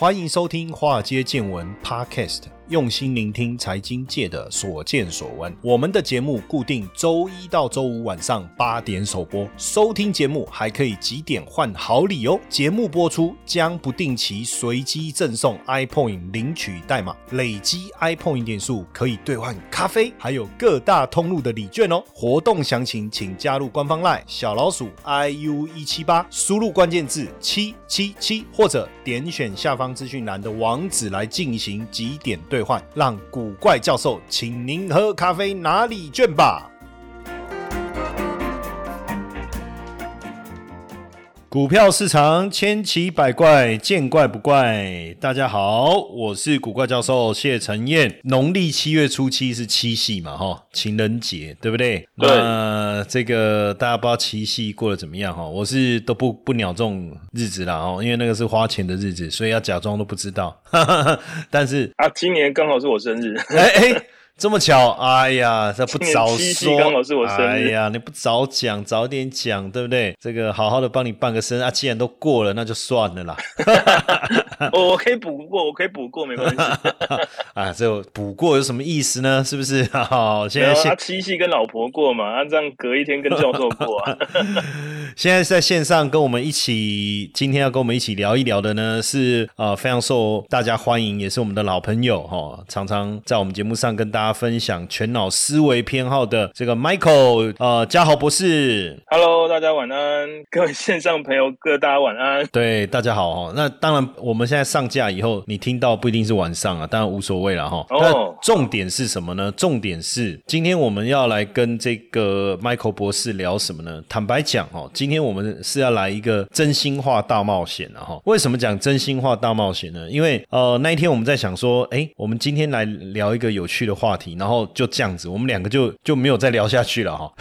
欢迎收听华尔街见闻 Podcast， 用心聆听财经界的所见所闻。我们的节目固定周一到周五晚上8点首播，收听节目还可以集点换好礼哦。节目播出将不定期随机赠送 iPoint 领取代码，累积 iPoint 点数可以兑换咖啡，还有各大通路的礼券哦。活动详情请加入官方 LINE 小老鼠 IU178， 输入关键字777，或者点选下方资讯栏的网址来进行集点兑换，让古怪教授请您喝咖啡拿礼券吧。股票市场千奇百怪，见怪不怪。大家好，我是股怪教授谢承彦。农历7月初7是七夕嘛，情人节，对不对？ 对。 那这个大家不知道七夕过得怎么样，我是都不鸟这种日子啦，因为那个是花钱的日子，所以要假装都不知道。但是今年刚好是我生日。 这么巧，哎呀，这不早说， 刚好是我生日， 哎呀，你不早讲，早点讲，对不对？这个好好的帮你办个生日既然都过了，那就算了啦。 我可以补过，没关系。 这补过有什么意思呢？是不是？好，现在七夕跟老婆过嘛，这样隔一天跟教授过啊。 现在在线上跟我们一起，今天要跟我们一起聊一聊的呢，是非常受大家欢迎，也是我们的老朋友常常在我们节目上跟大家分享全脑思维偏好的这个 Michael 嘉豪博士。 Hello， 大家晚安，各位线上朋友，大家晚安。 对，大家好那当然，我们现在上架以后，你听到不一定是晚上啊，当然无所谓啦那重点是什么呢？重点是今天我们要来跟这个 Michael 博士聊什么呢？坦白讲今天我们是要来一个真心话大冒险为什么讲真心话大冒险呢？因为那一天我们在想说，我们今天来聊一个有趣的话题，然后就这样子，我们两个就没有再聊下去了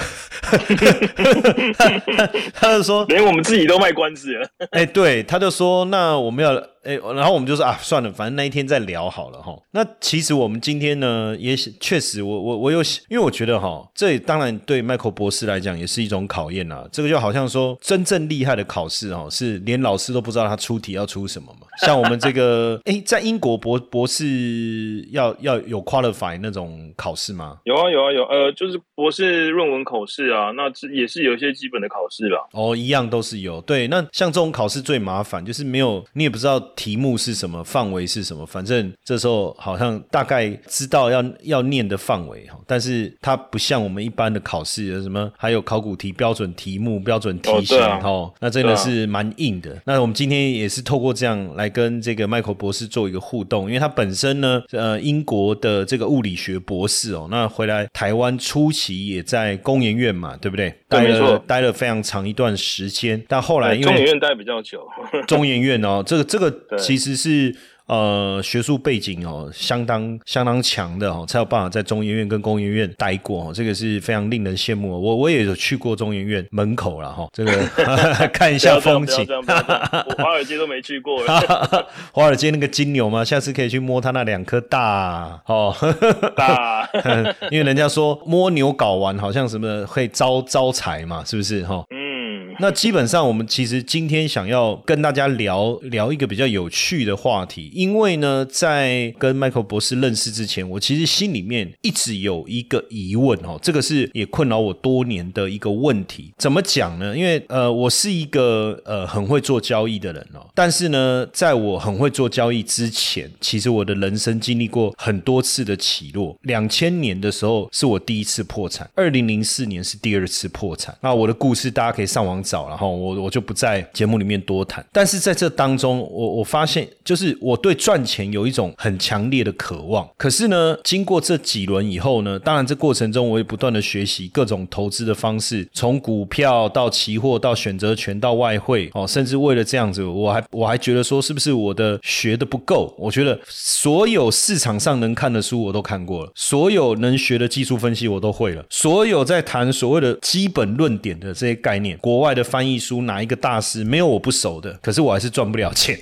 他就说， 连我们自己都卖关子了。 对，他就说，那我们要然后我们就说算了，反正那一天再聊好了那其实我们今天呢，也确实我有，因为我觉得这当然对 Michael 博士来讲也是一种考验啦。这个就好像说，真正厉害的考试是连老师都不知道他出题要出什么嘛。像我们这个在英国博士要有 qualify 那种考试吗？ 有就是博士论文口试啊，那也是有一些基本的考试啦。 一样都是有。对，那像这种考试最麻烦，就是没有，你也不知道题目是什么，范围是什么，反正这时候好像大概知道要念的范围，但是它不像我们一般的考试有什么，还有考古题、标准题目、标准题型那真的是蛮硬的。那我们今天也是透过这样来跟这个 Michael 博士做一个互动，因为他本身呢英国的这个物理学博士那回来台湾初期也在工研院嘛，对不对？待了非常长一段时间，但后来因为中研院待比较久。 中研院这个其实是学术背景相当强的才有办法在中研院跟工研院待过这个是非常令人羡慕我也有去过中研院门口啦这个看一下风景。 我华尔街都没去过华尔街那个金牛嘛，下次可以去摸他那2颗大大因为人家说摸牛睾丸好像什么会招财嘛，是不是那基本上我们其实今天想要跟大家聊一个比较有趣的话题，因为呢在跟 Michael 博士认识之前，我其实心里面一直有一个疑问这个是也困扰我多年的一个问题。怎么讲呢？因为我是一个很会做交易的人但是呢在我很会做交易之前，其实我的人生经历过很多次的起落。2000年的时候是我第一次破产，2004年是第2次破产。那我的故事大家可以上网找，然后我就不在节目里面多谈。但是在这当中我发现，就是我对赚钱有一种很强烈的渴望。可是呢经过这几轮以后呢，当然这过程中我也不断的学习各种投资的方式，从股票到期货到选择权到外汇甚至为了这样子我还觉得说是不是我的学的不够。我觉得所有市场上能看的书我都看过了，所有能学的技术分析我都会了，所有在谈所谓的基本论点的这些概念，国外外的翻译书哪一个大师没有我不熟的，可是我还是赚不了钱。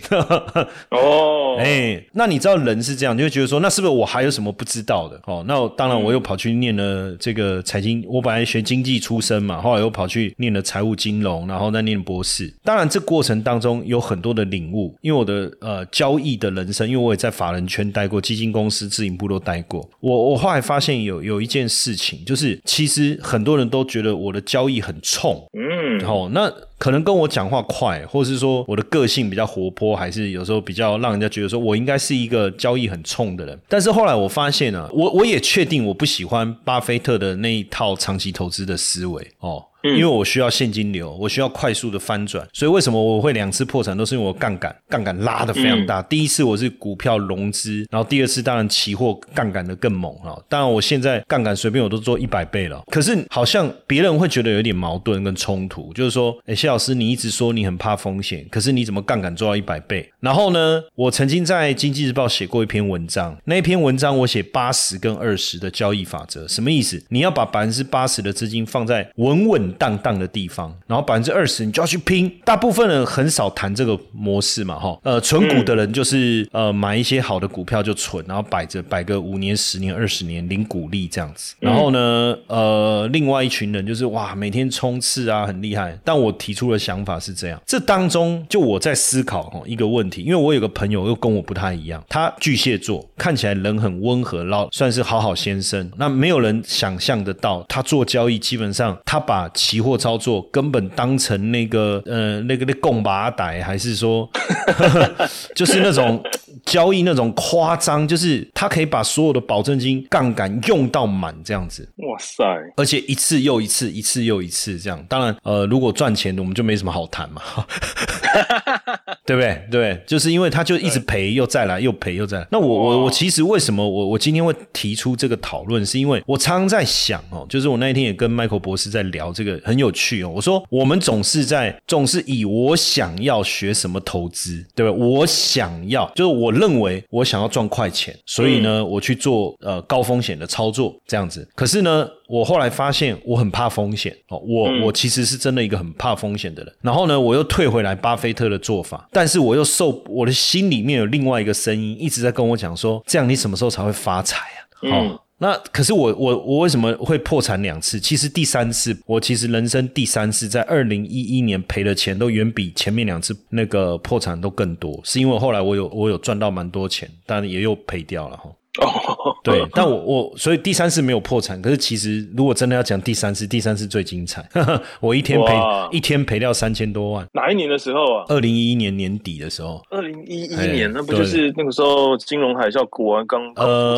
那你知道人是这样，就会觉得说那是不是我还有什么不知道的？那当然我又跑去念了这个财经，我本来学经济出身嘛，后来又跑去念了财务金融，然后再念博士。当然这过程当中有很多的领悟，因为我的交易的人生，因为我也在法人圈待过，基金公司自营部都待过，我后来发现有一件事情，就是其实很多人都觉得我的交易很冲，那可能跟我讲话快，或是说我的个性比较活泼，还是有时候比较让人家觉得说我应该是一个交易很冲的人。但是后来我发现啊，我也确定我不喜欢巴菲特的那一套长期投资的思维因为我需要现金流，我需要快速的翻转，所以为什么我会2次破产，都是因为我杠杆拉得非常大。第一次我是股票融资，然后第二次当然期货杠杆的更猛当然我现在杠杆随便我都做100倍了，可是好像别人会觉得有点矛盾跟冲突，就是说谢老师你一直说你很怕风险，可是你怎么杠杆做到100倍？然后呢，我曾经在经济日报写过一篇文章，那一篇文章我写80跟20的交易法则，什么意思？你要把80%的资金放在稳当的地方，然后20%你就要去拼。大部分人很少谈这个模式嘛存股的人就是买一些好的股票就存，然后摆个5年10年20年领股利这样子。然后呢另外一群人就是哇每天冲刺啊很厉害。但我提出的想法是这样，这当中就我在思考一个问题，因为我有个朋友又跟我不太一样，他巨蟹座，看起来人很温和，算是好先生。那没有人想象得到他做交易基本上他把期货操作根本当成那个共把歹，还是说就是那种交易那种夸张，就是他可以把所有的保证金杠杆用到满这样子。 哇塞！ 而且一次又一次，一次又一次这样。当然如果赚钱我们就没什么好谈嘛对不对？对，就是因为他就一直赔又再来，又赔又再来。那我其实为什么我今天会提出这个讨论，是因为我常常在想就是我那一天也跟 Michael 博士在聊这个，很有趣我说我们总是以我想要学什么投资，对吧？我想要就是我认为我想要赚快钱，所以呢我去做高风险的操作这样子。可是呢我后来发现我很怕风险我其实是真的一个很怕风险的人。然后呢我又退回来巴菲特的做法，但是我又我的心里面有另外一个声音一直在跟我讲说，这样你什么时候才会发财啊？那可是我为什么会破产2次？其实第3次，我其实人生第3次在2011年赔的钱都远比前面2次那个破产都更多，是因为后来我有赚到蛮多钱，但也又赔掉了对，但所以第3次没有破产。可是其实如果真的要讲第3次最精彩我一天赔掉3000多万。 哪一年的时候啊 ？2011年年底的时候。 2011年那不就是那个时候金融海啸国安刚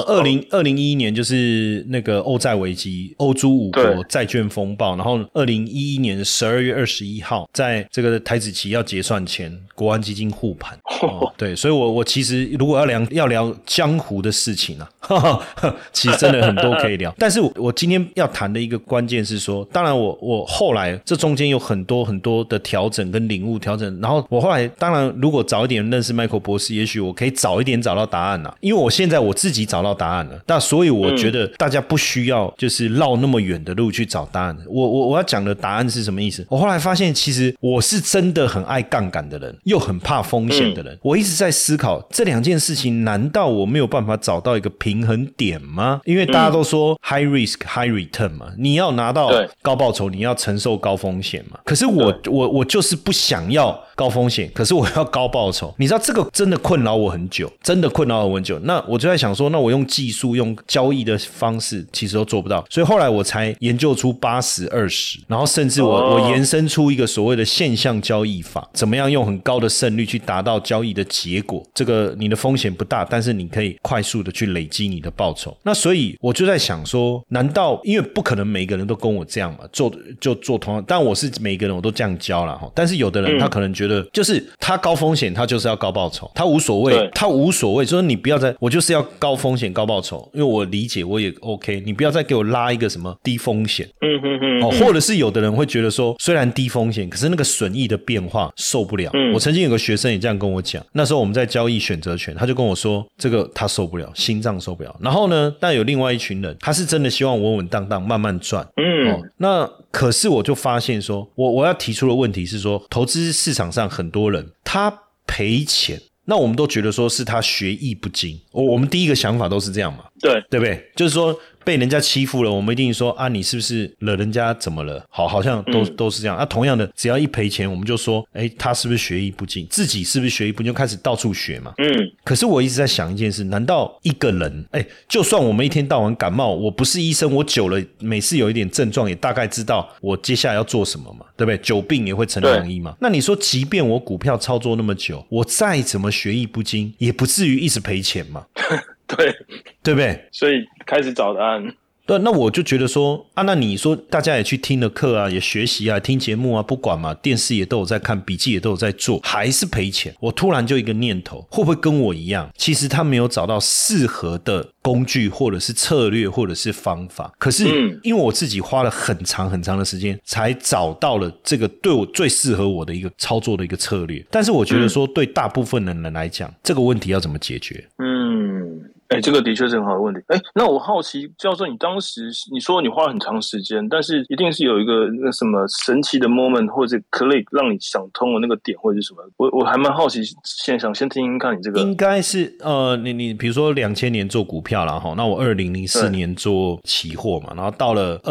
2011年就是那个欧债危机，欧洲5国债券风暴，然后2011年12月21号在这个台指期要结算前，国安基金护盘对，所以我其实如果要聊江湖的事情其实真的很多可以聊。但是我今天要谈的一个关键是说，当然我后来这中间有很多很多的调整跟领悟调整，然后我后来当然如果早一点认识 Michael 博士，也许我可以早一点找到答案因为我现在我自己找到答案了。那所以我觉得大家不需要就是绕那么远的路去找答案。我要讲的答案是什么意思？我后来发现其实我是真的很爱杠杆的人，又很怕风险的人。我一直在思考这2件事情，难道我没有办法找到一个平衡点吗？因为大家都说 high risk high return 嘛，你要拿到高报酬，你要承受高风险嘛。可是我就是不想要高风险，可是我要高报酬。你知道这个真的困扰我很久，那我就在想说，那我用技术用交易的方式其实都做不到，所以后来我才研究出80-20，然后甚至我延伸出一个所谓的现象交易法，怎么样用很高的胜率去达到交易的结果。这个你的风险不大，但是你可以快速的去累积你的报酬。那所以我就在想说，难道因为不可能每个人都跟我这样嘛，就做同样，但我是每个人我都这样教啦，但是有的人他可能觉得就是他高风险他就是要高报酬，他无所谓就是你不要再，我就是要高风险高报酬，因为我理解我也 OK， 你不要再给我拉一个什么低风险或者是有的人会觉得说虽然低风险，可是那个损益的变化受不了。我曾经有个学生也这样跟我讲，那时候我们在交易选择权，他就跟我说这个他受不了，心脏受不了。然后呢，但有另外一群人他是真的希望稳稳当当慢慢赚那可是我就发现说，我要提出的问题是说，投资市场上很多人他赔钱，那我们都觉得说是他学艺不精，我们第一个想法都是这样嘛，对不对？就是说被人家欺负了，我们一定说啊，你是不是惹人家怎么了？好像都是这样。同样的，只要一赔钱，我们就说，他是不是学艺不精？自己是不是学艺不精？就开始到处学嘛。可是我一直在想一件事，难道一个人，就算我们一天到晚感冒，我不是医生，我久了每次有一点症状，也大概知道我接下来要做什么嘛，对不对？久病也会成良医嘛。那你说，即便我股票操作那么久，我再怎么学艺不精，也不至于一直赔钱嘛。对不对？ 所以开始找答案。 对，那我就觉得说啊，那你说大家也去听了课啊，也学习啊，听节目啊，不管嘛，电视也都有在看，笔记也都有在做，还是赔钱。我突然就一个念头，会不会跟我一样？其实他没有找到适合的工具，或者是策略，或者是方法。可是因为我自己花了很长很长的时间，才找到了这个对我最适合我的一个操作的一个策略。但是我觉得说，对大部分的人来讲，这个问题要怎么解决？ 这个的确是很好的问题。那我好奇，教授，你当时你说你花了很长时间，但是一定是有一个那什么神奇的 moment 或者 click 让你想通的那个点，或者是什么？我还蛮好奇，想先听听看你这个。 应该是你比如说2000年做股票啦齁，那我2004年做期货嘛，然后到了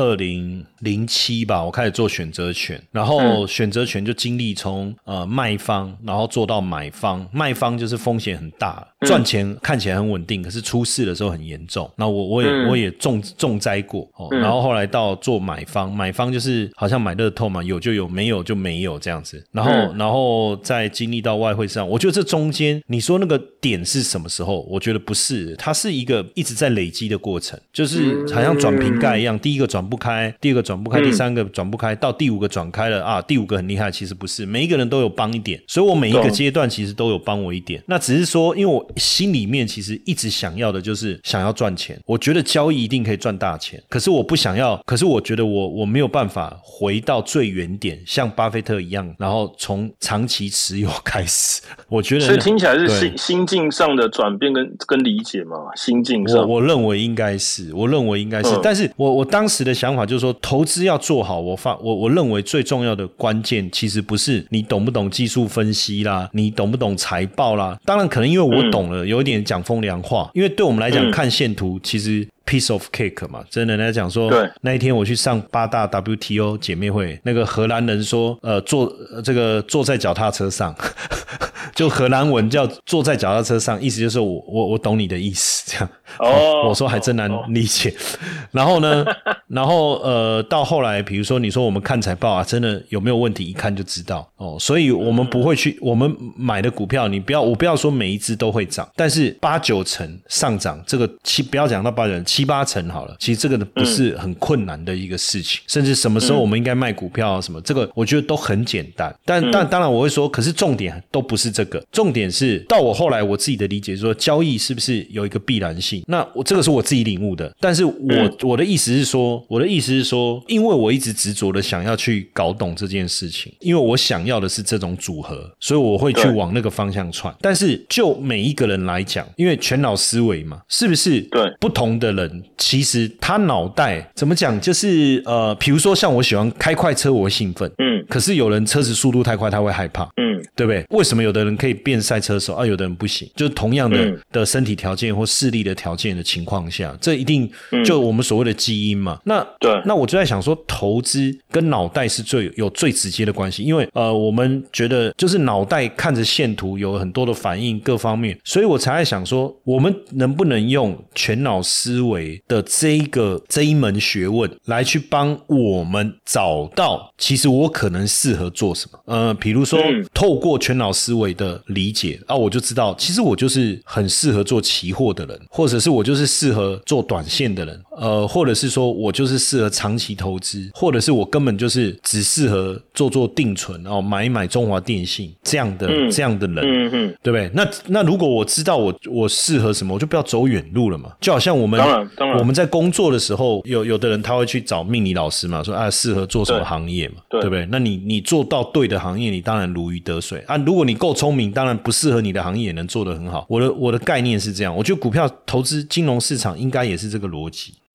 2007吧，我开始做选择权，然后选择权就经历从卖方，然后做到买方，卖方就是风险很大，赚钱看起来很稳定，可是出事的时候很严重。那我也中灾过然后后来到做买方，买方就是好像买乐透嘛，有就有，没有就没有这样子。然后再经历到外汇市场，我觉得这中间你说那个点是什么时候？我觉得不是，它是一个一直在累积的过程，就是好像转瓶盖一样，第一个转不开，第二个转不开，第三个转不开，到第5个转开了啊，第5个很厉害。其实不是，每一个人都有帮一点，所以我每一个阶段其实都有帮我一点。那只是说，因为我心里面其实一直想要的就是想要赚钱，我觉得交易一定可以赚大钱，可是我不想要，可是我觉得我没有办法回到最原点，像巴菲特一样，然后从长期持有开始。我觉得所以听起来是心境上的转变跟理解嘛，心境上我认为应该是，但是我当时的想法就是说，投资要做好，我认为最重要的关键其实不是你懂不懂技术分析啦，你懂不懂财报啦，当然可能因为我懂了，有一点讲风凉话，因为对我们来讲看线图其实piece of cake 嘛，真的人家讲说，那一天我去上8大 WTO 姐妹会，那个荷兰人说坐在脚踏车上就荷兰文叫坐在脚踏车上，意思就是我懂你的意思这样。我说还真难理解。然后呢，到后来比如说你说我们看财报啊，真的有没有问题一看就知道所以我们不会去我们买的股票，我不要说每一只都会涨，但是8-9成上涨，这个不要讲到8-9成7-8成好了，其实这个不是很困难的一个事情，甚至什么时候我们应该卖股票啊什么，这个我觉得都很简单。但当然我会说，可是重点都不是这个，重点是到我后来我自己的理解说，交易是不是有一个必然性？那这个是我自己领悟的，但是我的意思是说，因为我一直执着的想要去搞懂这件事情，因为我想要的是这种组合，所以我会去往那个方向窜。但是就每一个人来讲，因为全脑思维嘛，是不是？对，不同的人其实他脑袋怎么讲，就是比如说像我喜欢开快车，我会兴奋，可是有人车子速度太快，他会害怕，对不对？为什么有的人可以变赛车手啊，有的人不行？就是同样的身体条件或视力的条件的情况下，这一定就我们所谓的基因嘛。那我就在想说，投资跟脑袋是最直接的关系，因为我们觉得就是脑袋看着线图有很多的反应各方面，所以我才在想说，我们能不能用全脑思维的这一门学问来去帮我们找到其实我可能适合做什么。比如说透过全脑思维的理解我就知道其实我就是很适合做期货的人，或者是我就是适合做短线的人，或者是说我就是适合长期投资，或者是我根本就是只适合做定存买一买中华电信这样的人，对不对？那如果我知道我适合什么，我就不要走远路了嘛。就好像我们在工作的时候，有的人他会去找命理老师嘛，说适合做什么行业嘛，对不对？那你做到对的行业，你当然如鱼得水如果你够聪明，当然不适合你的行业也能做得很好。我的概念是这样，我觉得股票投资金融市场应该也是这个逻辑。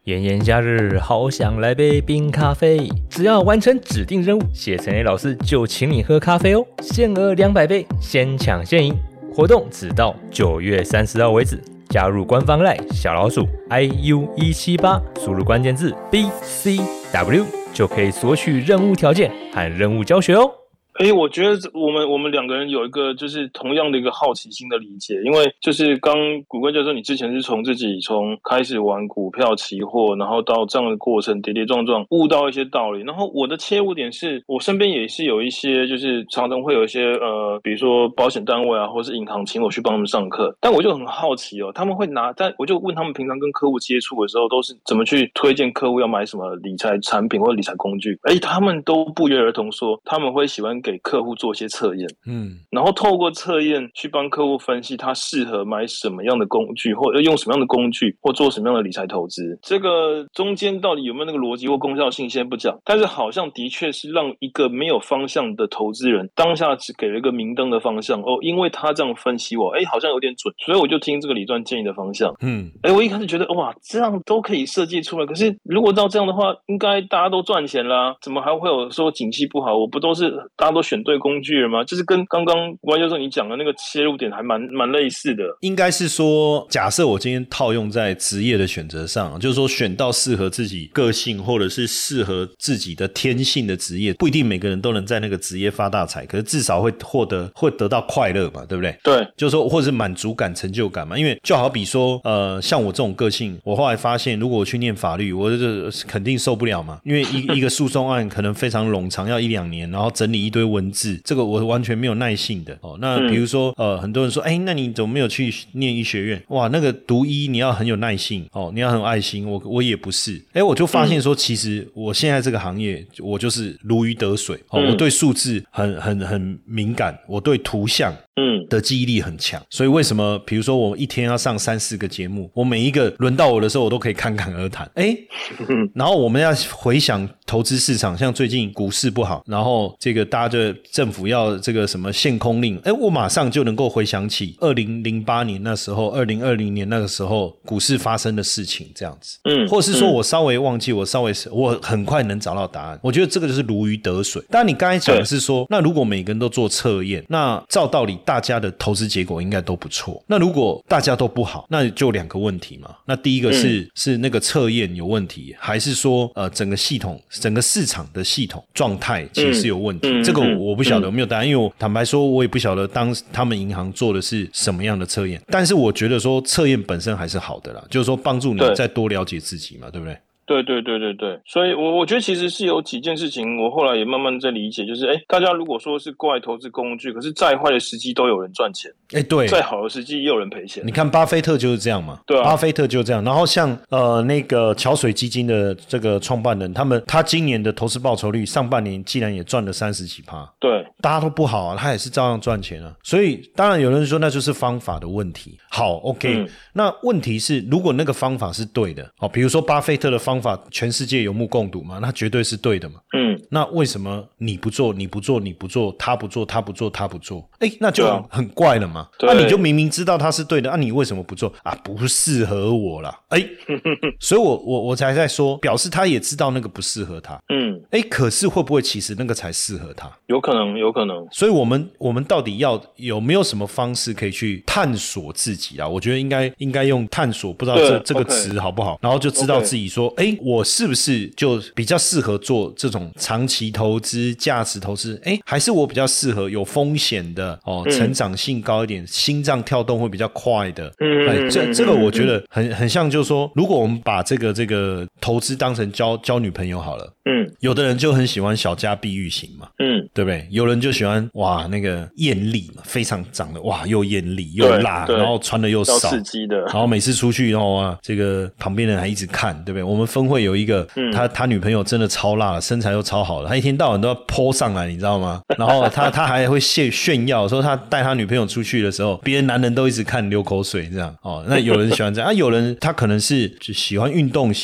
炎炎夏日，好想来杯冰咖啡。只要完成指定任务，谢承彦老师就请你喝咖啡哦，限额200杯，先抢先赢。活动只到9月30号为止。加入官方 LINE 小老鼠 IU178，输入关键字 BCW 就可以索取任务条件和任务教学哦。 我觉得我们两个人有一个就是同样的一个好奇心的理解，因为就是刚古怪教授，你之前是从开始玩股票期货，然后到这样的过程跌跌撞撞悟到一些道理，然后我的切入点是我身边也是有一些就是常常会有一些比如说保险单位啊或是银行请我去帮他们上课，但我就很好奇哦，他们会我就问他们平常跟客户接触的时候都是怎么去推荐客户要买什么理财产品或者理财工具，他们都不约而同说他们会喜欢给客户做一些测验，然后透过测验去帮客户分析他适合买什么样的工具，或者用什么样的工具，或做什么样的理财投资。这个中间到底有没有那个逻辑或功效性先不讲，但是好像的确是让一个没有方向的投资人当下只给了一个明灯的方向因为他这样分析我好像有点准，所以我就听这个理专建议的方向。我一开始觉得哇，这样都可以设计出来，可是如果照这样的话，应该大家都赚钱啦，怎么还会有说景气不好？我不都是大家都选对工具了吗？就是跟刚刚关教授你讲的那个切入点还蛮类似的。 应该是说，假设我今天套用在职业的选择上，就是说选到适合自己个性或者是适合自己的天性的职业，不一定每个人都能在那个职业发大财，可是至少会得到快乐嘛，对不对？ 对， 就是说或者是满足感、成就感嘛。因为就好比说像我这种个性，我后来发现如果我去念法律，我就肯定受不了嘛，因为一个诉讼案可能非常冗长，要1-2年，然后整理一堆文字，这个我完全没有耐性的那比如说很多人说那你怎么没有去念医学院？哇，那个读医你要很有耐性你要很有爱心，我也不是。我就发现说其实我现在这个行业我就是如鱼得水我对数字很敏感，我对图像的记忆力很强，所以为什么比如说我一天要上3-4个节目，我每一个轮到我的时候我都可以侃侃而谈然后我们要回想投资市场，像最近股市不好，然后这个大家就政府要这个什么限空令我马上就能够回想起2008年那时候2020年那个时候股市发生的事情这样子或是说我稍微忘记我很快能找到答案，我觉得这个就是如鱼得水。当然你刚才讲的是说那如果每个人都做测验，那照道理大家的投资结果应该都不错，那如果大家都不好，那就2个问题嘛。那第一个是那个测验有问题，还是说整个系统整个市场的系统状态其实有问题这个我不晓得有没有答案，因为我坦白说我也不晓得当他们银行做的是什么样的测验，但是我觉得说测验本身还是好的啦，就是说帮助你再多了解自己嘛，对不对？ 对，所以我觉得其实是有几件事情我后来也慢慢在理解，就是大家如果说是怪投资工具，可是再坏的时机都有人赚钱对， 再好的时机也有人赔钱。 你看巴菲特就是这样嘛，对巴菲特就是这样。然后像那个桥水基金的这个创办人，他今年的投资报酬率上半年竟然也赚了30几%， 对， 大家都不好他也是照样赚钱所以当然有人说那就是方法的问题。好 OK那问题是如果那个方法是对的比如说巴菲特的方法全世界有目共睹嘛，那绝对是对的嘛那为什么你不做他不做他不做那就很怪了嘛你就明明知道他是对的你为什么不做不适合我啦所以我才在说表示他也知道那个不适合他可是会不会其实那个才适合他？ 有可能所以我们到底有没有什么方式可以去探索自己我觉得应该用探索，不知道这个词好不好，然后就知道自己说我是不是就比较适合做这种长期投资价值投资还是我比较适合有风险的成长性高一点心脏跳动会比较快的这个我觉得很像就是说如果我们把这个投资当成交女朋友好了有的人就很喜欢小家碧玉型嘛对不对？有人就喜欢哇那个艳丽嘛，非常长得哇又艳丽又辣，然后穿的又少， 刺激的， 然后每次出去然后这个旁边人还一直看，对不对？我们分会有一个他女朋友真的超辣的，身材又超好的，他一天到晚都要 po 上来，你知道吗？然后他还会炫耀说他带他女朋友出去的时候，别人男人都一直看流口水这样那有人喜欢这样有人他可能是就喜欢运动型的，对不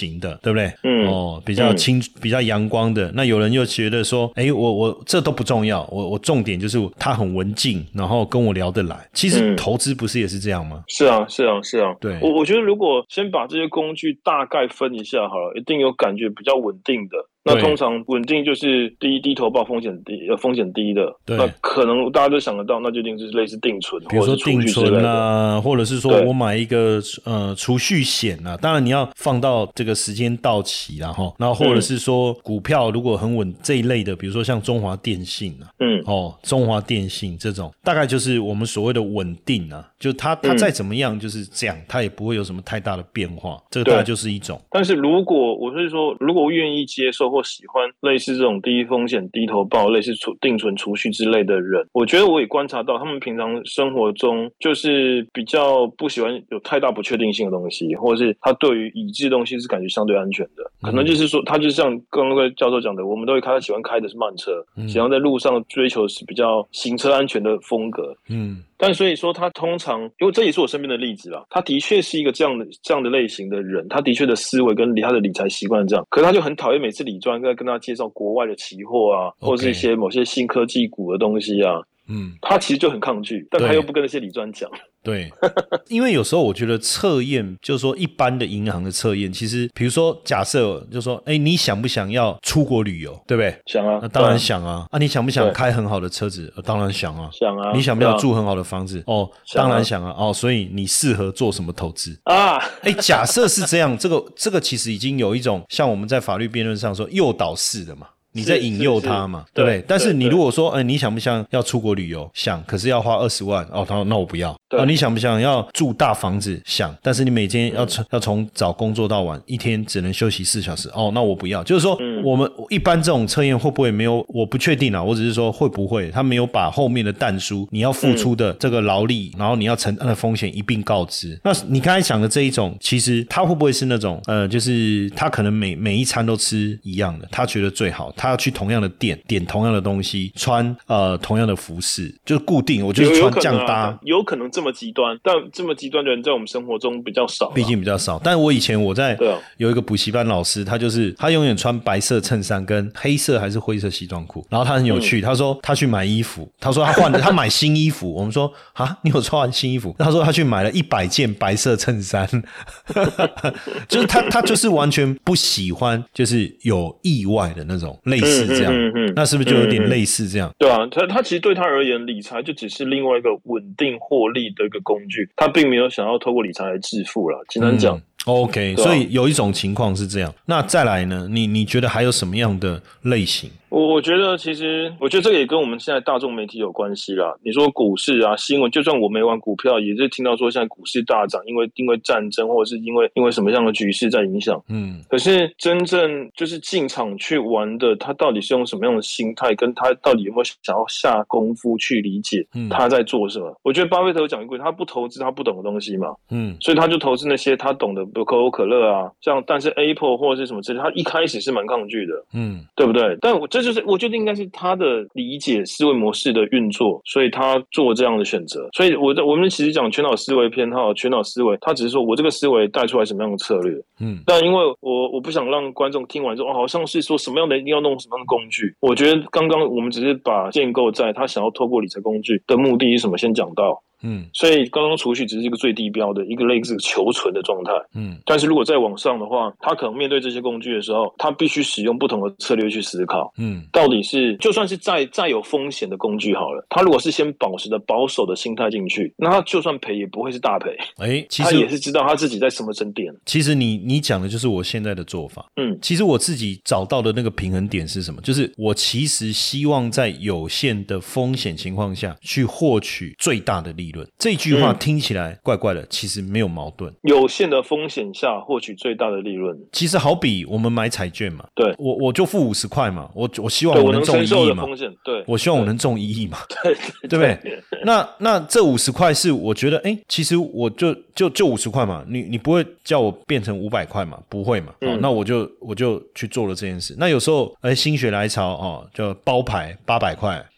对不对？比较比较阳光的。那有人又觉得说，我这都不重要，我重点就是他很文静，然后跟我聊得来。其实投资不是也是这样吗？ 是啊。 对， 我觉得如果先把这些工具大概分一下好了，一定有感觉比较稳定的。那通常稳定就是低投报风险低的，那可能大家都想得到，那就一定是类似定存， 比如说定存啊，或者是说我买一个储蓄险啊，当然你要放到这个时间到期啦齁，然后或者是说股票如果很稳这一类的，比如说像中华电信啊，中华电信这种，大概就是我们所谓的稳定啊，就它再怎么样就是这样，它也不会有什么太大的变化，这个大概就是一种。 但是如果我是说，如果愿意接受或喜欢类似这种低风险低投报类似定存储蓄之类的人，我觉得我也观察到他们平常生活中就是比较不喜欢有太大不确定性的东西，或者是他对于已知的东西是感觉相对安全的，可能就是说他就像刚刚教授讲的，我们都会喜欢开的是慢车，喜欢在路上追求是比较行车安全的风格。但所以说他通常，因为这也是我身边的例子啦，他的确是一个这样的类型的人，他的确的思维跟他的理财习惯这样，可是他就很讨厌每次理专跟他介绍国外的期货啊，或者是一些某些新科技股的东西啊，他其实就很抗拒，但他又不跟那些理专讲。 对，因为有时候我觉得测验，就是说一般的银行的测验，其实比如说假设就是说，你想不想要出国旅游，对不对？ 想啊， 那当然想啊。你想不想开很好的车子？当然想啊。 想啊。 你想不想住很好的房子？当然想啊。所以你适合做什么投资啊？ 假设是这样，这个其实已经有一种像我们在法律辩论上说诱导式的嘛。你在引诱他嘛，对不对？但是你如果说，你想不想要出国旅游？想，可是要花20万他说那我不要。你想不想要住大房子？想，但是你每天要从早工作到晚，一天只能休息4小时。那我不要。就是说，我们一般这种测验会不会没有？我不确定啊，我只是说会不会他没有把后面的但书你要付出的这个劳力，然后你要承担的风险一并告知。那你刚才讲的这一种，其实他会不会是那种就是他可能每一餐都吃一样的，他觉得最好。他要去同样的店点同样的东西，穿同样的服饰，就是固定，我就是穿这样搭。 有可能这么极端，但这么极端的人在我们生活中比较少， 毕竟比较少。但我以前有一个补习班老师，他永远穿白色衬衫跟黑色还是灰色西装裤，然后他很有趣，他说他去买衣服，他说他买新衣服，我们说你有穿完新衣服？他说他去买了100件白色衬衫，就是他就是完全不喜欢就是有意外的那种类似这样，那是不是就有点类似这样？ 对啊，他其实对他而言，理财就只是另外一个稳定获利的一个工具，他并没有想要透过理财来致富啦。简单讲。 OK， 所以有一种情况是这样。那再来呢？你觉得还有什么样的类型？ 我觉得这个也跟我们现在大众媒体有关系啦。你说股市啊，新闻，就算我没玩股票，也是听到说现在股市大涨，因为战争或者是因为什么样的局势在影响。可是真正就是进场去玩的，他到底是用什么样的心态，跟他到底有没有想要下功夫去理解他在做什么？我觉得巴菲特有讲过，他不投资他不懂的东西嘛，所以他就投资那些他懂的，比如可口可乐啊，但是 Apple 或者是什么之类，他一开始是蛮抗拒的，对不对？但我觉得应该是他的理解思维模式的运作，所以他做这样的选择。所以我们其实讲全脑思维偏好，全脑思维，他只是说我这个思维带出来什么样的策略。但因为我不想让观众听完之后，好像是说什么样的一定要弄什么样的工具。我觉得刚刚我们只是把建构在他想要透过理财工具的目的是什么先讲到。所以刚刚储蓄只是一个最低标的一个类似求存的状态。但是如果再往上的话，他可能面对这些工具的时候，他必须使用不同的策略去思考。到底是就算是再有风险的工具好了，他如果是先保持的保守的心态进去，那他就算赔也不会是大赔。其实他也是知道他自己在什么整点。 其实你讲的就是我现在的做法。其实我自己找到的那个平衡点是什么？就是我其实希望在有限的风险情况下去获取最大的利润。这句话听起来怪怪的，其实没有矛盾。 有限的风险下获取最大的利润， 其实好比我们买彩券嘛， 对， 我就付50块嘛，我希望我能中1亿嘛， 对， 我希望我能中1亿嘛，对不对？那这50块是我觉得，其实我就50块嘛，你不会叫我变成500块嘛，不会嘛，那我就去做了这件事。那有时候心血来潮就包牌800块。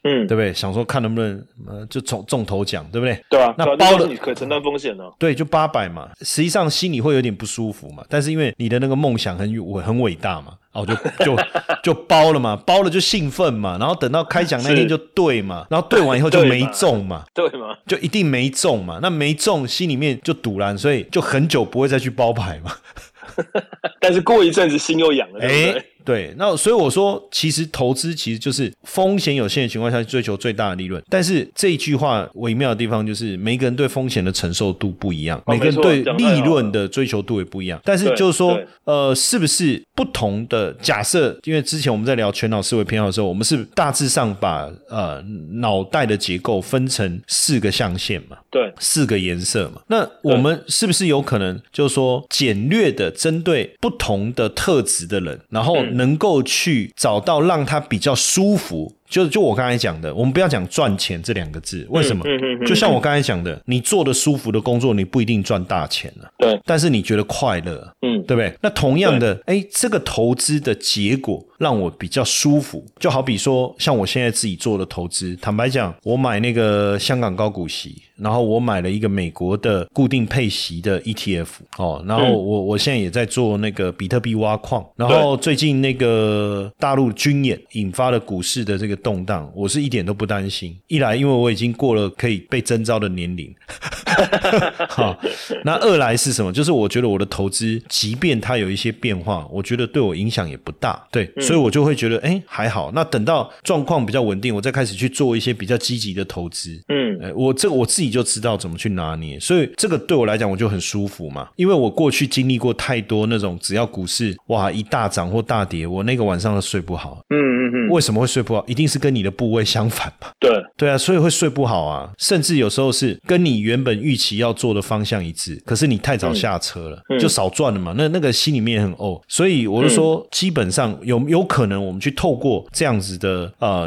对不对？想说看能不能就中头奖，对不对？ 对啊， 那包了你可承担风险呢？ 对，就800嘛，实际上心里会有点不舒服嘛，但是因为你的那个梦想很伟大嘛，就包了嘛，包了就兴奋嘛，然后等到开奖那天就对嘛，然后对完以后就没中嘛， 对嘛， 就一定没中嘛，那没中心里面就赌烂，所以就很久不会再去包牌嘛。 但是过一阵子心又痒了，对不对？ 对，那所以我说，其实投资其实就是风险有限的情况下追求最大的利润。但是这一句话微妙的地方就是，每个人对风险的承受度不一样，每个人对利润的追求度也不一样。但是就是说，是不是不同的假设？因为之前我们在聊全脑思维偏好的时候，我们是大致上把脑袋的结构分成4个象限嘛， 对 ，4个颜色嘛。那我们是不是有可能就是说简略的针对不同的特质的人，然后能够去找到让他比较舒服，就我刚才讲的，我们不要讲赚钱这2个字，为什么？就像我刚才讲的，你做的舒服的工作，你不一定赚大钱了， 对， 但是你觉得快乐，对不对？那同样的，这个投资的结果让我比较舒服，就好比说，像我现在自己做的投资，坦白讲，我买那个香港高股息，然后我买了一个美国的固定配息的 ETF，然后我现在也在做那个比特币挖矿，然后最近那个大陆军演引发了股市的这个动荡，我是一点都不担心。一来因为我已经过了可以被征召的年龄好，那2来是什么？就是我觉得我的投资即便它有一些变化，我觉得对我影响也不大，对，所以我就会觉得还好。那等到状况比较稳定，我再开始去做一些比较积极的投资，我自己就知道怎么去拿捏，所以这个对我来讲我就很舒服嘛，因为我过去经历过太多那种只要股市哇一大涨或大跌，我那个晚上都睡不好。为什么会睡不好？一定是跟你的部位相反嘛。对啊，所以会睡不好啊，甚至有时候是跟你原本预期要做的方向一致，可是你太早下车了，就少赚了嘛，那个心里面很所以我就说基本上有可能我们去透过这样子的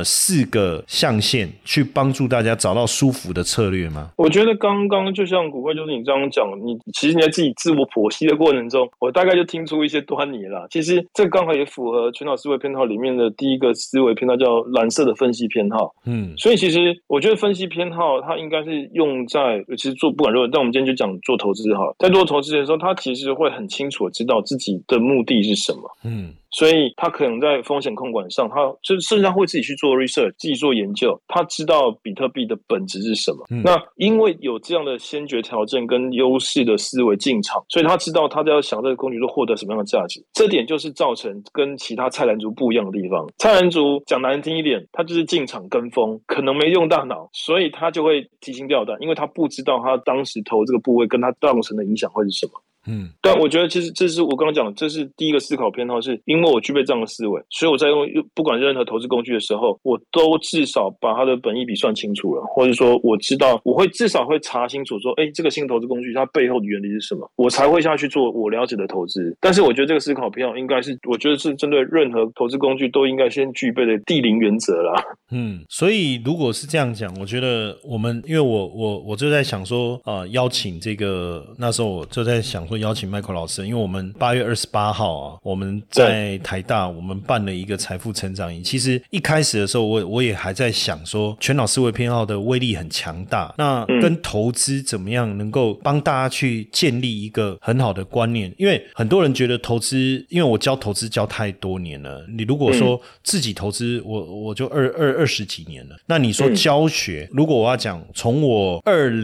4个象限去帮助大家找到舒服的策略吗？ 我觉得刚刚就像古怪就是你这样讲，其实你在自己自我剖析的过程中，我大概就听出一些端倪了。其实这刚好也符合全脑思维偏好里面的第一个思维偏好，叫蓝色的分析偏好。所以其实我觉得分析偏好它应该是用在其实做不管但我们今天就讲做投资好，在做投资的时候，他其实会很清楚的知道自己的目的是什么。所以他可能在风险控管上，他甚至他会自己去做 research， 自己做研究，他知道比特币的本质是什么。那因为有这样的先决条件跟优势的思维进场，所以他知道他要想这个工具会获得什么样的价值。这点就是造成跟其他菜篮族不一样的地方。菜篮族讲难听一点，他就是进场跟风，可能没用大脑，所以他就会提心吊胆，因为他不知道他当时投这个部位跟他造成的影响会是什么。但我觉得其实这是我刚刚讲的，这是第一个思考偏好，是因为我具备这样的思维，所以我在用不管任何投资工具的时候，我都至少把它的本益比算清楚了，或者说我知道我会至少会查清楚说这个新投资工具它背后的原理是什么，我才会下去做我了解的投资。但是我觉得这个思考偏好应该是我觉得是针对任何投资工具都应该先具备的第零原则啦。 所以如果是这样讲，我觉得我们因为我就在想说邀请这个，那时候我就在想说邀请 Michael 老师，因为我们8月28号我们在台大我们办了一个财富成长营。其实一开始的时候我也还在想说全脑思维偏好的威力很强大，那跟投资怎么样能够帮大家去建立一个很好的观念。因为很多人觉得投资，因为我教投资教太多年了，你如果说自己投资我就20几年了，那你说教学，如果我要讲从我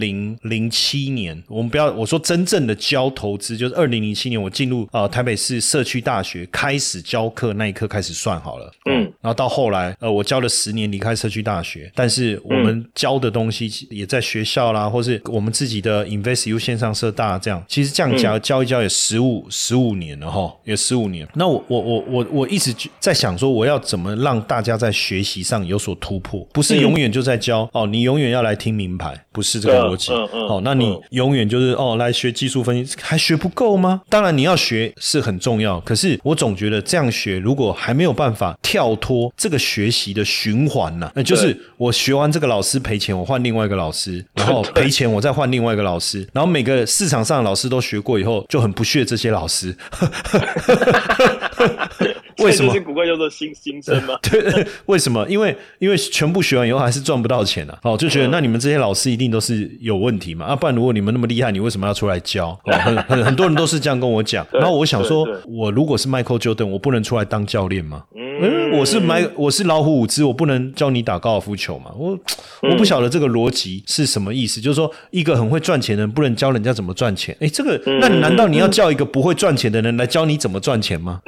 2007年，我们不要我说真正的教投资，就是2007年我进入台北市社区大学开始教课那一刻开始算好了。然后到后来我教了10年离开社区大学，但是我们教的东西也在学校啦，或是我们自己的 InvestU 线上社大这样，其实这样教一教也15年了齁，也15年。那我一直在想说我要怎么让大家在学习上有所突破，不是永远就在教你永远要来听名牌，不是这个逻辑。那你永远就是来学技术分析，还学不够吗？当然你要学是很重要，可是我总觉得这样学如果还没有办法跳脱这个学习的循环那就是我学完这个老师赔钱，我换另外一个老师，然后赔钱我再换另外一个老师，然后每个市场上的老师都学过以后就很不屑这些老师为什么？ 这是股怪叫做新生吗？ 对，为什么？因为全部学完以后还是赚不到钱啊，就觉得那你们这些老师一定都是有问题嘛，不然如果你们那么厉害，你为什么要出来教？很多人都是这样跟我讲，然后我想说，我如果是 Michael Jordan， 我不能出来当教练吗？我是老虎伍兹，我不能教你打高尔夫球嘛？我不晓得这个逻辑是什么意思，就是说一个很会赚钱的人不能教人家怎么赚钱。这个那难道你要叫一个不会赚钱的人来教你怎么赚钱吗？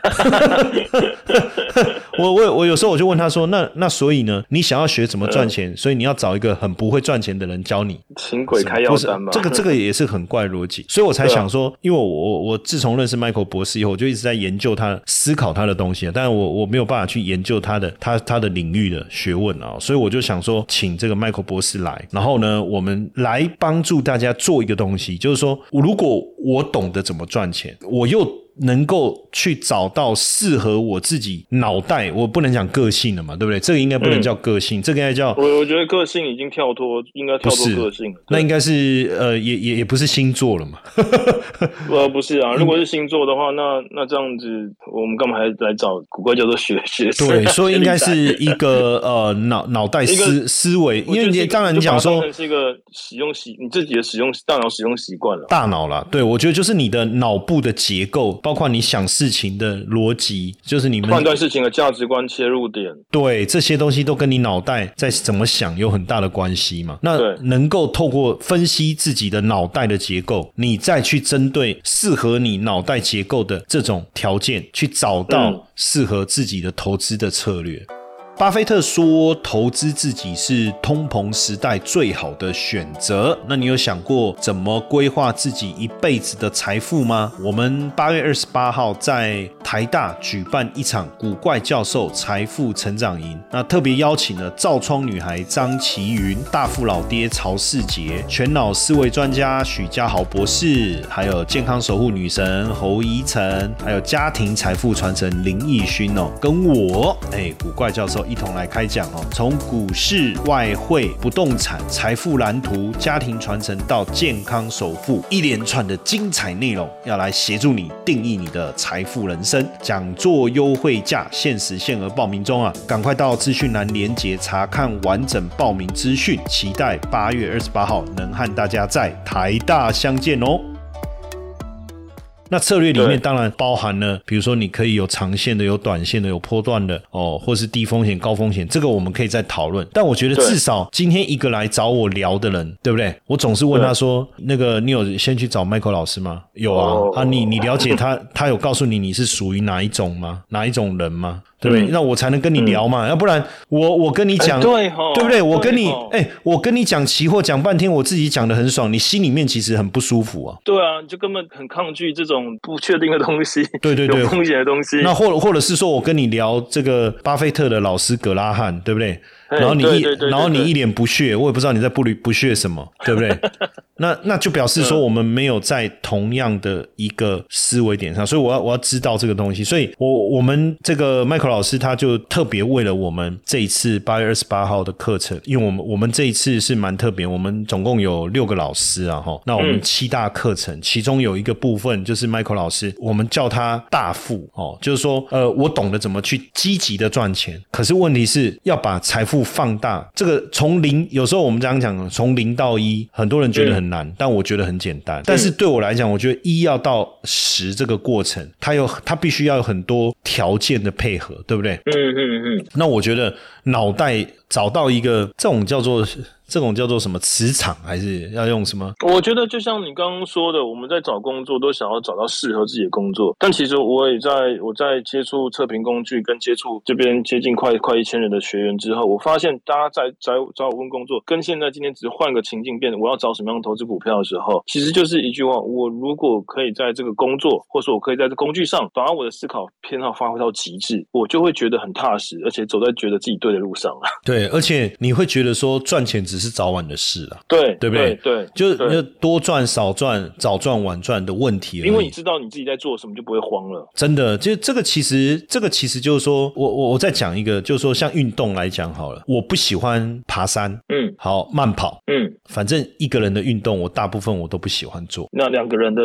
我有时候我就问他说，那所以呢，你想要学怎么赚钱，所以你要找一个很不会赚钱的人教你， 请鬼开药单嘛？ 这个也是很怪逻辑，所以我才想说，因为我自从认识 Michael 博士以后，我就一直在研究他、思考他的东西，但是我没有办法去研究他的领域的学问啊，所以我就想说，请这个 Michael 博士来，然后呢，我们来帮助大家做一个东西，就是说，如果我懂得怎么赚钱，我又能够去找到适合我自己脑袋，我不能讲个性了嘛，对不对？这个应该不能叫个性，这个应该叫我觉得个性已经应该跳脱个性了。 那应该是也不是星座了嘛？ 不是啊，如果是星座的话，那这样子，我们干嘛还来找古怪叫做学生？ 对，所以应该是一个脑袋思维，因为你当然你讲说是一个你自己的大脑使用习惯了， 大脑啦，对，我觉得就是你的脑部的结构。包括你想事情的逻辑，就是你们判断事情的价值观切入点， 对，这些东西都跟你脑袋在怎么想有很大的关系嘛。那能够透过分析自己的脑袋的结构，你再去针对适合你脑袋结构的这种条件，去找到适合自己的投资的策略。巴菲特说投资自己是通膨时代最好的选择，那你有想过怎么规划自己一辈子的财富吗？我们8月28号在台大举办一场古怪教授财富成长营，那特别邀请了造窗女孩张琪云、大富老爹曹世杰、全脑思维专家许家豪博士，还有健康守护女神侯怡晨，还有家庭财富传承林奕勋跟我古怪教授一同来开讲从股市、外汇、不动产、财富蓝图、家庭传承到健康守护，一连串的精彩内容，要来协助你定义你的财富人生。讲座优惠价限时限额报名中赶快到资讯栏连结查看完整报名资讯，期待8月28号能和大家在台大相见哦。那策略里面当然包含了，比如说你可以有长线的、有短线的、有波段的或是低风险、高风险，这个我们可以再讨论。但我觉得至少今天一个来找我聊的人，对不对？我总是问他说，那个你有先去找 Michael 老师吗？有啊。你了解他有告诉你是属于哪一种吗？哪一种人吗？对不对？那我才能跟你聊嘛，要不然我跟你讲，对不对？我跟你讲期货讲半天，我自己讲得很爽，你心里面其实很不舒服啊。 对啊，你就根本很抗拒这种不确定的东西， 对， 有风险的东西。 那或者是说我跟你聊这个巴菲特的老师葛拉汉，对不对？然后你一脸不屑，我也不知道你在不屑什么，对不对？那就表示说我们没有在同样的一个思维点上，所以我要知道这个东西。所以我们这个 Michael 老师他就特别为了我们这一次8月28号的课程，因为我们这一次是蛮特别，我们总共有6个老师啊，那我们7大课程，其中有一个部分就是 Michael 老师，我们叫他大富就是说我懂得怎么去积极的赚钱，可是问题是要把财富放大，这个从0，有时候我们这样讲，从0到1，很多人觉得很难，但我觉得很简单。但是对我来讲，我觉得1要到10这个过程，它必须要有很多条件的配合，对不对？那我觉得脑袋找到一个这种叫做什么磁场，还是要用什么？ 我觉得就像你刚刚说的，我们在找工作都想要找到适合自己的工作，但其实我在接触测评工具跟接触这边接近快1000人的学员之后，我发现大家在找我问工作，跟现在今天只是换个情境，变得我要找什么样的投资股票的时候，其实就是一句话：我如果可以在这个工作，或者我可以在这工具上把我的思考偏好发挥到极致，我就会觉得很踏实，而且走在觉得自己对的路上了。 对，而且你会觉得说赚钱只是早晚的事啦， 对不对？ 对， 就多赚少赚、早赚晚赚的问题而已。 因为你知道你自己在做什么，就不会慌了。 真的，就这个其实就是说，我再讲一个，就是说像运动来讲好了，我不喜欢爬山，好慢跑，反正一个人的运动，我大部分我都不喜欢做。 那2个人的人，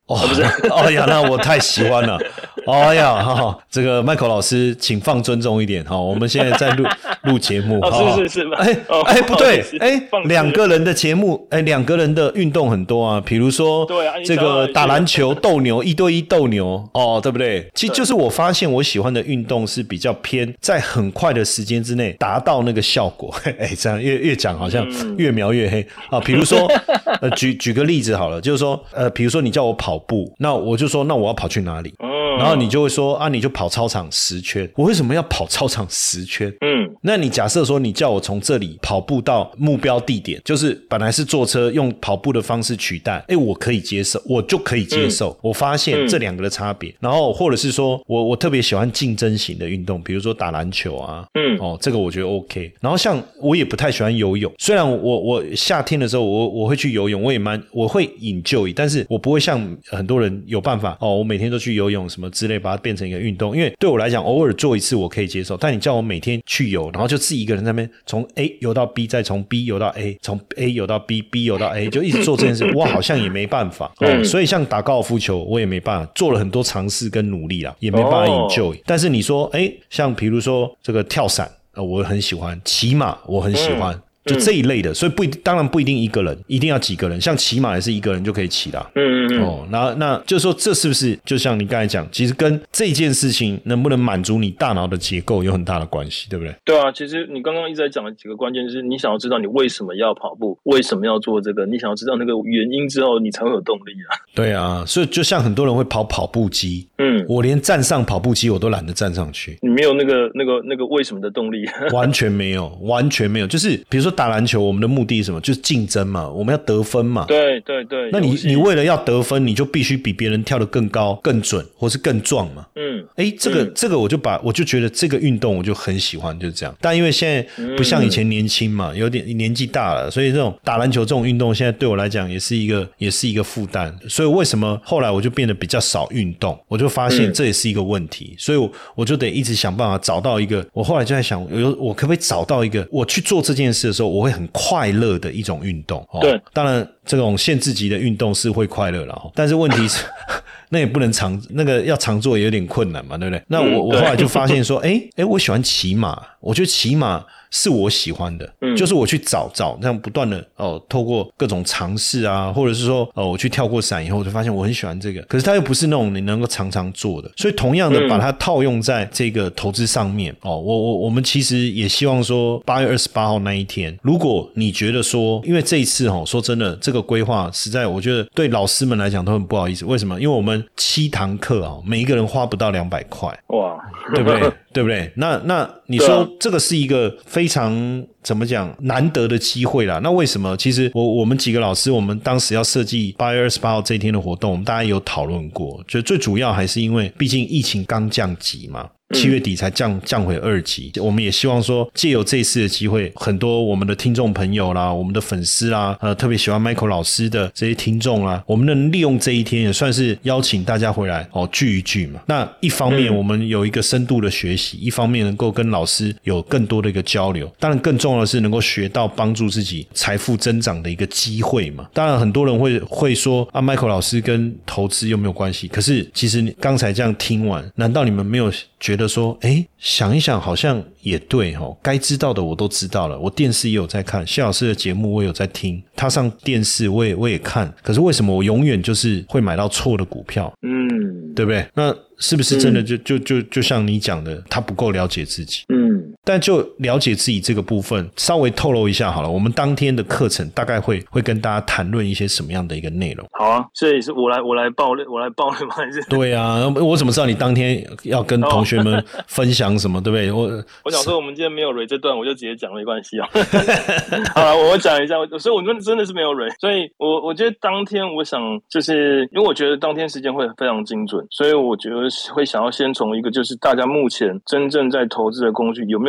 不是？ 哎呀，那我太喜欢了。哎呀，这个 Michael 老师，请放尊重一点哈。我们现在在录节目， 是。 不对，两个人的节目，两个人的运动很多啊，比如说这个打篮球斗牛，1对1斗牛，对不对？其实就是我发现我喜欢的运动是比较偏在很快的时间之内达到那个效果。这样越讲好像越描越黑啊。比如说，举个例子好了，就是说，比如说你叫我跑步，那我就说，那我要跑去哪里？然后你就会说啊，你就跑操场10圈。我为什么要跑操场10圈？那你假设说你叫我从这里跑步到目标地点，就是本来是坐车用跑步的方式取代，我可以接受，我就可以接受。我发现这两个的差别。然后或者是说我特别喜欢竞争型的运动，比如说打篮球啊，这个我觉得 OK。然后像我也不太喜欢游泳，虽然我夏天的时候我会去游泳，我会enjoy，但是我不会像很多人有办法我每天都去游泳什么之类，把它变成一个运动。因为对我来讲，偶尔做一次我可以接受，但你叫我每天去游，然后就自己一个人在那边从 A 游到 B， 再从 B 游到 A， 从 A 游到 B，B 游到 A， 就一直做这件事，我好像也没办法所以像打高尔夫球我也没办法，做了很多尝试跟努力啦，也没办法enjoy。但是你说像比如说这个跳伞我很喜欢，骑马我很喜欢，就这一类的，所以当然不一定一个人，一定要几个人，像骑马也是一个人就可以骑啦。那就是说这是不是就像你刚才讲，其实跟这件事情能不能满足你大脑的结构有很大的关系，对不对？ 对啊，其实你刚刚一直在讲的几个关键就是你想要知道你为什么要跑步，为什么要做这个，你想要知道那个原因之后，你才会有动力啊。对啊，所以就像很多人会跑步机，我连站上跑步机我都懒得站上去。 你没有那个为什么的动力完全没有，完全没有。就是比如说打篮球，我们的目的是什么？就是竞争嘛，我们要得分嘛。 对。 那你为了要得分，你就必须比别人跳得更高、更准，或是更壮嘛。这个我就觉得这个运动我就很喜欢，就是这样。但因为现在不像以前年轻嘛，有点年纪大了，所以这种打篮球这种运动，现在对我来讲也是一个负担。所以为什么后来我就变得比较少运动？我就发现这也是一个问题，所以我就得一直想办法找到一个。我后来就在想，我可不可以找到一个我去做这件事的时候，我会很快乐的一种运动？ 对， 当然这种限制级的运动是会快乐啦，但是问题是那也不能那个要常做也有点困难嘛，对不对？那我后来就发现说，我喜欢骑马，我觉得骑马是我喜欢的，就是我去找这样不断的透过各种尝试啊，或者是说我去跳过伞以后，我就发现我很喜欢这个，可是它又不是那种你能够常常做的，所以同样的把它套用在这个投资上面我们其实也希望说8月28号那一天，如果你觉得说，因为这一次说真的，这个规划实在我觉得对老师们来讲都很不好意思，为什么？因为我们7堂课每一个人花不到200块，哇，对不对？对不对？那你说这个是一个非常怎么讲难得的机会啦。那为什么？其实我们几个老师，我们当时要设计8月28号这一天的活动，我们大家有讨论过，就最主要还是因为毕竟疫情刚降级嘛。7月底才降回2级，我们也希望说借由这一次的机会，很多我们的听众朋友啦，我们的粉丝啦，特别喜欢 Michael 老师的这些听众啦，我们能利用这一天也算是邀请大家回来聚一聚嘛。那一方面我们有一个深度的学习，一方面能够跟老师有更多的一个交流，当然更重要的是能够学到帮助自己财富增长的一个机会嘛。当然很多人会说Michael 老师跟投资又没有关系，可是其实刚才这样听完，难道你们没有觉得说想一想好像也对该知道的我都知道了，我电视也有在看，谢老师的节目我也有在听，他上电视我也看，可是为什么我永远就是会买到错的股票？对不对？那是不是真的就像你讲的，他不够了解自己？但就了解自己这个部分稍微透露一下好了，我们当天的课程大概会跟大家谈论一些什么样的一个内容？ 好啊，这也是我来爆料吗？还是？ 对啊，我怎么知道你当天要跟同学们分享什么？对不对？ 我想说我们今天没有蕊这段，我就直接讲没关系啊。好了，我讲一下，所以我们真的是没有蕊，所以我觉得当天我想就是因为我觉得当天时间会非常精准，所以我觉得会想要先从一个就是大家目前真正在投资的工具有没有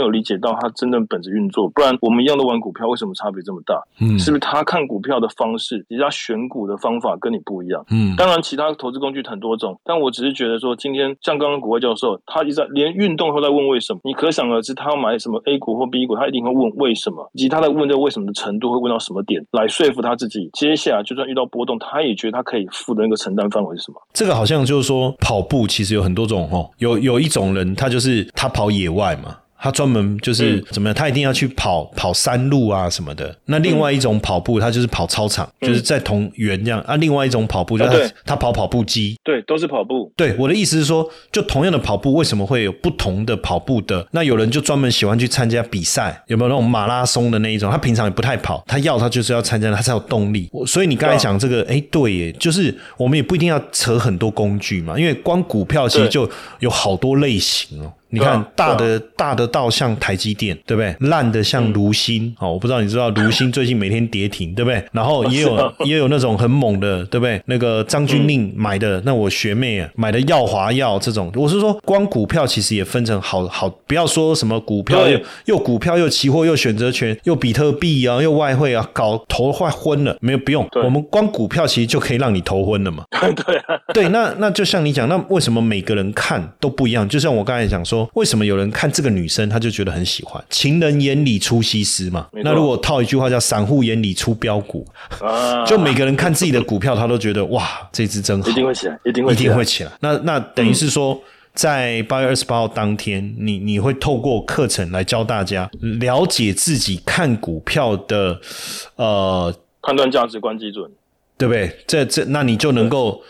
有理解到它真正本质运作，不然我们一样都玩股票，为什么差别这么大？是不是他看股票的方式，其实他选股的方法跟你不一样？当然其他投资工具很多种，但我只是觉得说，今天像刚刚古怪教授，他一直在连运动都在问为什么，你可想而知，他要买什么 A 股或 B 股，他一定会问为什么，以及他在问这个为什么的程度会问到什么点，来说服他自己，接下来就算遇到波动，他也觉得他可以负的那个承担范围是什么。 这个好像就是说，跑步其实有很多种有一种人，他就是他跑野外嘛。他专门就是怎么样，他一定要去跑山路啊什么的。那另外一种跑步，他就是跑操场，就是在同园这样啊。另外一种跑步，就是他跑步机， 对，都是跑步。 对，我的意思是说，就同样的跑步，为什么会有不同的跑步的？那有人就专门喜欢去参加比赛，有没有那种马拉松的那一种？他平常也不太跑，他就是要参加，他才有动力。所以你刚才讲这个，对耶，就是我们也不一定要扯很多工具嘛，因为光股票其实就有好多类型哦。你看大的到像台积电，对不对？烂的像卢鑫，我不知道你知道卢鑫最近每天跌停，对不对？然后也有那种很猛的，对不对？那个张钧甯买的，那我学妹买的耀华药这种，我是说光股票其实也分成好，不要说什么股票又股票又期货又选择权又比特币啊又外汇啊，搞头坏昏了，没有不用，我们光股票其实就可以让你头昏了嘛。对，那就像你讲，那为什么每个人看都不一样？就像我刚才讲说，为什么有人看这个女生他就觉得很喜欢？情人眼里出西施嘛。那如果套一句话叫散户眼里出标股，就每个人看自己的股票他都觉得哇这支真好， 一定会起来，一定会起来。 那等于是说在8月28号当天，你会透过课程来教大家了解自己看股票的判断价值观基准， 对不对？那你就能够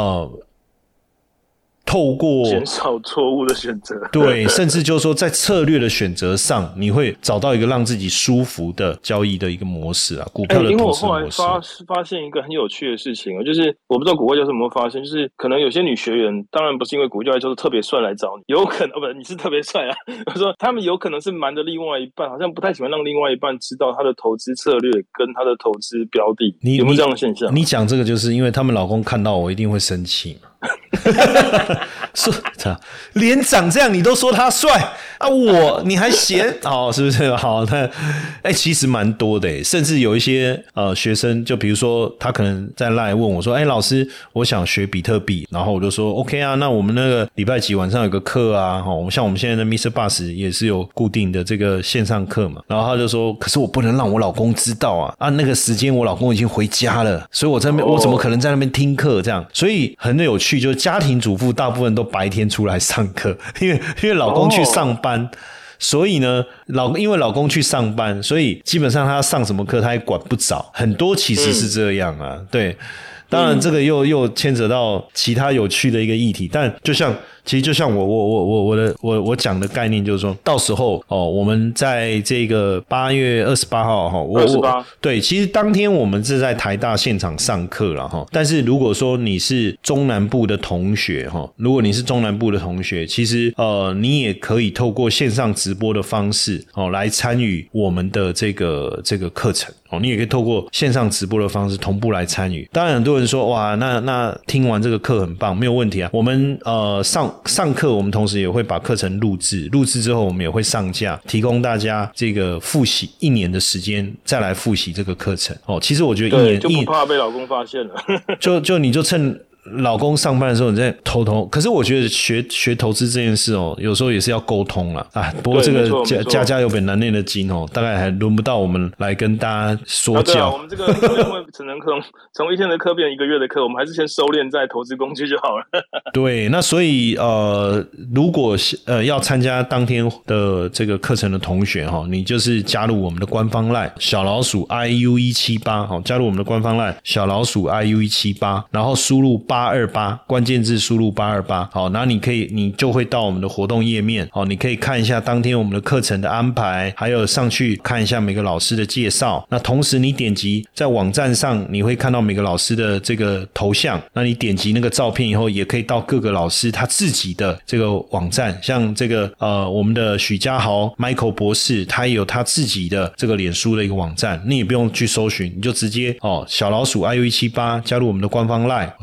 透过减少错误的选择， 对，甚至就是说在策略的选择上，你会找到一个让自己舒服的交易的一个模式啊，股票的投资模式。因为我后来发现一个很有趣的事情，就是我不知道股怪教授有没有发现，就是可能有些女学员，当然不是因为股怪教授特别帅来找你，有可能不，你是特别帅啊。我说他们有可能是瞒着另外一半，好像不太喜欢让另外一半知道他的投资策略跟他的投资标的，有没有这样的现象？ 你讲这个就是因为他们老公看到我一定会生气嘛。说连长这样你都说他帅啊，你还嫌是不是？好，那其实蛮多的，甚至有一些学生，就比如说他可能在 LINE 问我说，老师，我想学比特币，然后我就说 OK 啊，那我们那个礼拜几晚上有个课啊，像我们现在的 Mr. Bus 也是有固定的这个线上课嘛，然后他就说，可是我不能让我老公知道啊，那个时间我老公已经回家了，所以我在那边我怎么可能在那边听课这样？所以很有趣，就是家庭主妇大部分都白天出来上课，因为老公去上班，所以呢，因为老公去上班，所以基本上他要上什么课他也管不着，很多其实是这样啊，对。当然这个又牵扯到其他有趣的一个议题，但其实就像我讲的概念就是说，到时候我们在这个8月28号 28 对，其实当天我们是在台大现场上课了但是如果说你是中南部的同学其实你也可以透过线上直播的方式来参与我们的这个课程你也可以透过线上直播的方式同步来参与。当然很多人说哇那听完这个课很棒，没有问题啊。我们上课我们同时也会把课程录制之后我们也会上架，提供大家这个复习1年的时间再来复习这个课程其实我觉得1年就不怕被老公发现了就你就趁老公上班的时候你在偷，可是我觉得学投资这件事有时候也是要沟通啦不过这个家有本难念的经大概还轮不到我们来跟大家说教我们这个只能从1天的课变1个月的课，我们还是先收敛在投资工具就好了对，那所以如果要参加当天的这个课程的同学你就是加入我们的官方 LINE 小老鼠 IU178 加入我们的官方 LINE 小老鼠 IU178， 然后输入828关键字输入828好，然后你就会到我们的活动页面你可以看一下当天我们的课程的安排，还有上去看一下每个老师的介绍。那同时你点击在网站上你会看到每个老师的这个头像，那你点击那个照片以后也可以到各个老师他自己的这个网站，像这个我们的许家豪 Michael 博士他也有他自己的这个脸书的一个网站，你也不用去搜寻，你就直接小老鼠 IU178 加入我们的官方 LINE 输入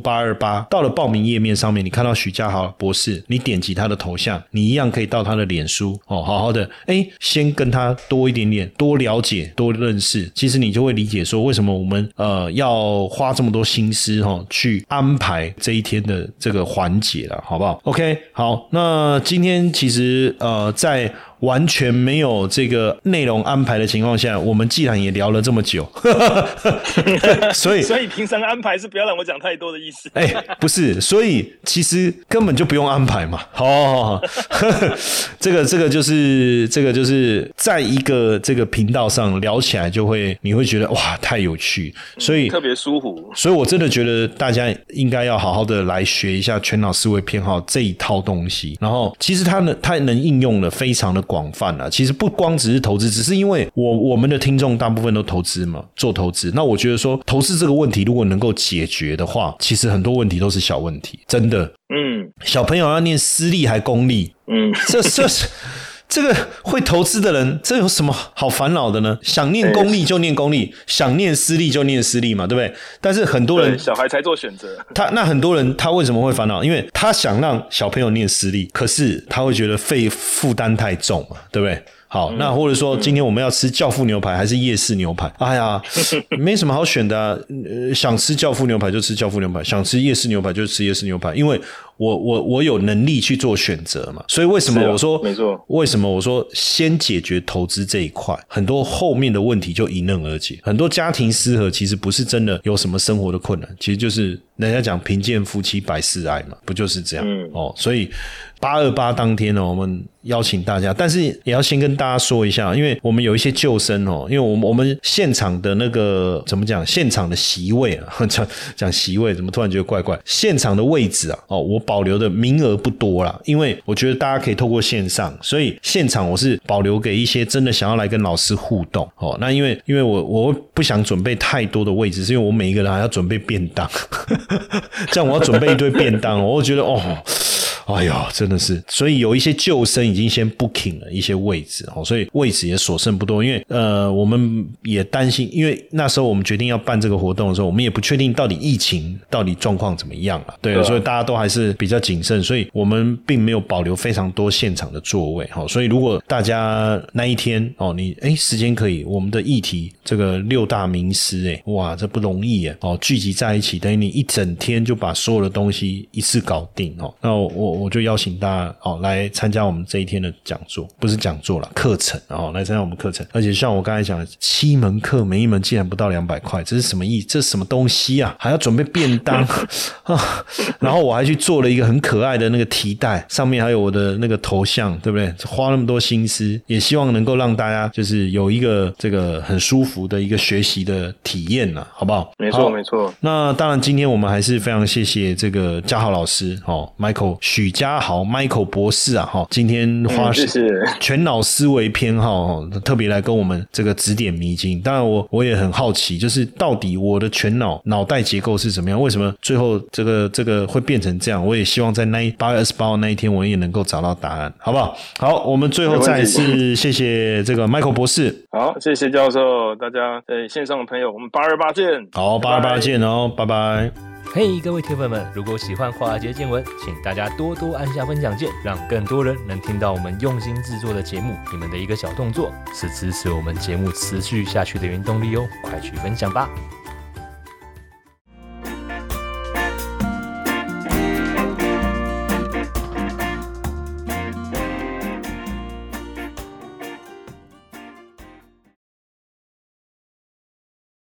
828，到了报名页面上面，你看到许家豪博士，你点击他的头像，你一样可以到他的脸书好好的先跟他多一点点，多了解，多认识，其实你就会理解说为什么我们要花这么多心思去安排这一天的这个环节了，好不好 ？OK， 好，那今天其实在完全没有这个内容安排的情况下，我们既然也聊了这么久所以平常安排是不要让我讲太多的意思不是，所以其实根本就不用安排嘛。好这个就是在一个这个频道上聊起来你会觉得哇太有趣，所以特别舒服， 所以我真的觉得大家应该要好好的来学一下全脑思维偏好这一套东西，然后其实它能应用的非常的广泛啦，其实不光只是投资，只是因为我们的听众大部分都投资嘛，做投资，那我觉得说投资这个问题如果能够解决的话，其实很多问题都是小问题，真的。小朋友要念私立还公立，这个会投资的人，这有什么好烦恼的呢？想念公立就念公立，想念私立就念私立嘛，对不对？但是很多人小孩才做选择， 那很多人他为什么会烦恼？因为他想让小朋友念私立，可是他会觉得负担太重嘛，对不对？好，那或者说今天我们要吃教父牛排还是夜市牛排？哎呀，没什么好选的啊，想吃教父牛排就吃教父牛排，想吃夜市牛排就吃夜市牛排，因为我有能力去做选择嘛，所以为什么我说没错？为什么我说先解决投资这一块，很多后面的问题就迎刃而解。很多家庭失和其实不是真的有什么生活的困难，其实就是人家讲贫贱夫妻百事哀嘛，不就是这样？所以828当天我们邀请大家，但是也要先跟大家说一下，因为我们有一些救生因为我们现场的那个怎么讲，现场的席位啊，讲席位怎么突然觉得怪怪？现场的位置啊，我保留的名额不多啦，因为我觉得大家可以透过线上，所以现场我是保留给一些真的想要来跟老师互动那因为我不想准备太多的位置，是因为我每一个人还要准备便当这样我要准备一堆便当我会觉得哎呀，真的是，所以有一些救生已经先 booking 了一些位置所以位置也所剩不多，因为我们也担心，因为那时候我们决定要办这个活动的时候，我们也不确定到底疫情到底状况怎么样了，对，所以大家都还是比较谨慎，所以我们并没有保留非常多现场的座位所以如果大家那一天你时间可以，我们的议题这个6大名师哇这不容易聚集在一起，等于你一整天就把所有的东西一次搞定那我就邀请大家来参加我们这一天的讲座，不是讲座啦，课程来参加我们课程，而且像我刚才讲的7门课，每一门竟然不到200块，这是什么意思？这是什么东西啊？还要准备便当然后我还去做了一个很可爱的那个提袋，上面还有我的那个头像，对不对？花那么多心思，也希望能够让大家就是有一个这个很舒服的一个学习的体验啦，好不好？ 没错没错。 那当然今天我们还是非常谢谢这个家豪老师Michael 许家豪 Michael 博士啊今天花全脑思维偏好特别来跟我们这个指点迷津。当然我也很好奇，就是到底我的全脑袋结构是怎么样，为什么最后这个会变成这样，我也希望在8月28号那一天我也能够找到答案，好不好？好，我们最后再一次谢谢这个 Michael 博士。 好，谢谢教授，大家在线上的朋友，我们828见。 好，828见拜拜。 嘿，各位铁粉们，如果喜欢华尔街见闻，请大家多多按下分享键，让更多人能听到我们用心制作的节目。你们的一个小动作是支持我们节目持续下去的原动力哦，快去分享吧。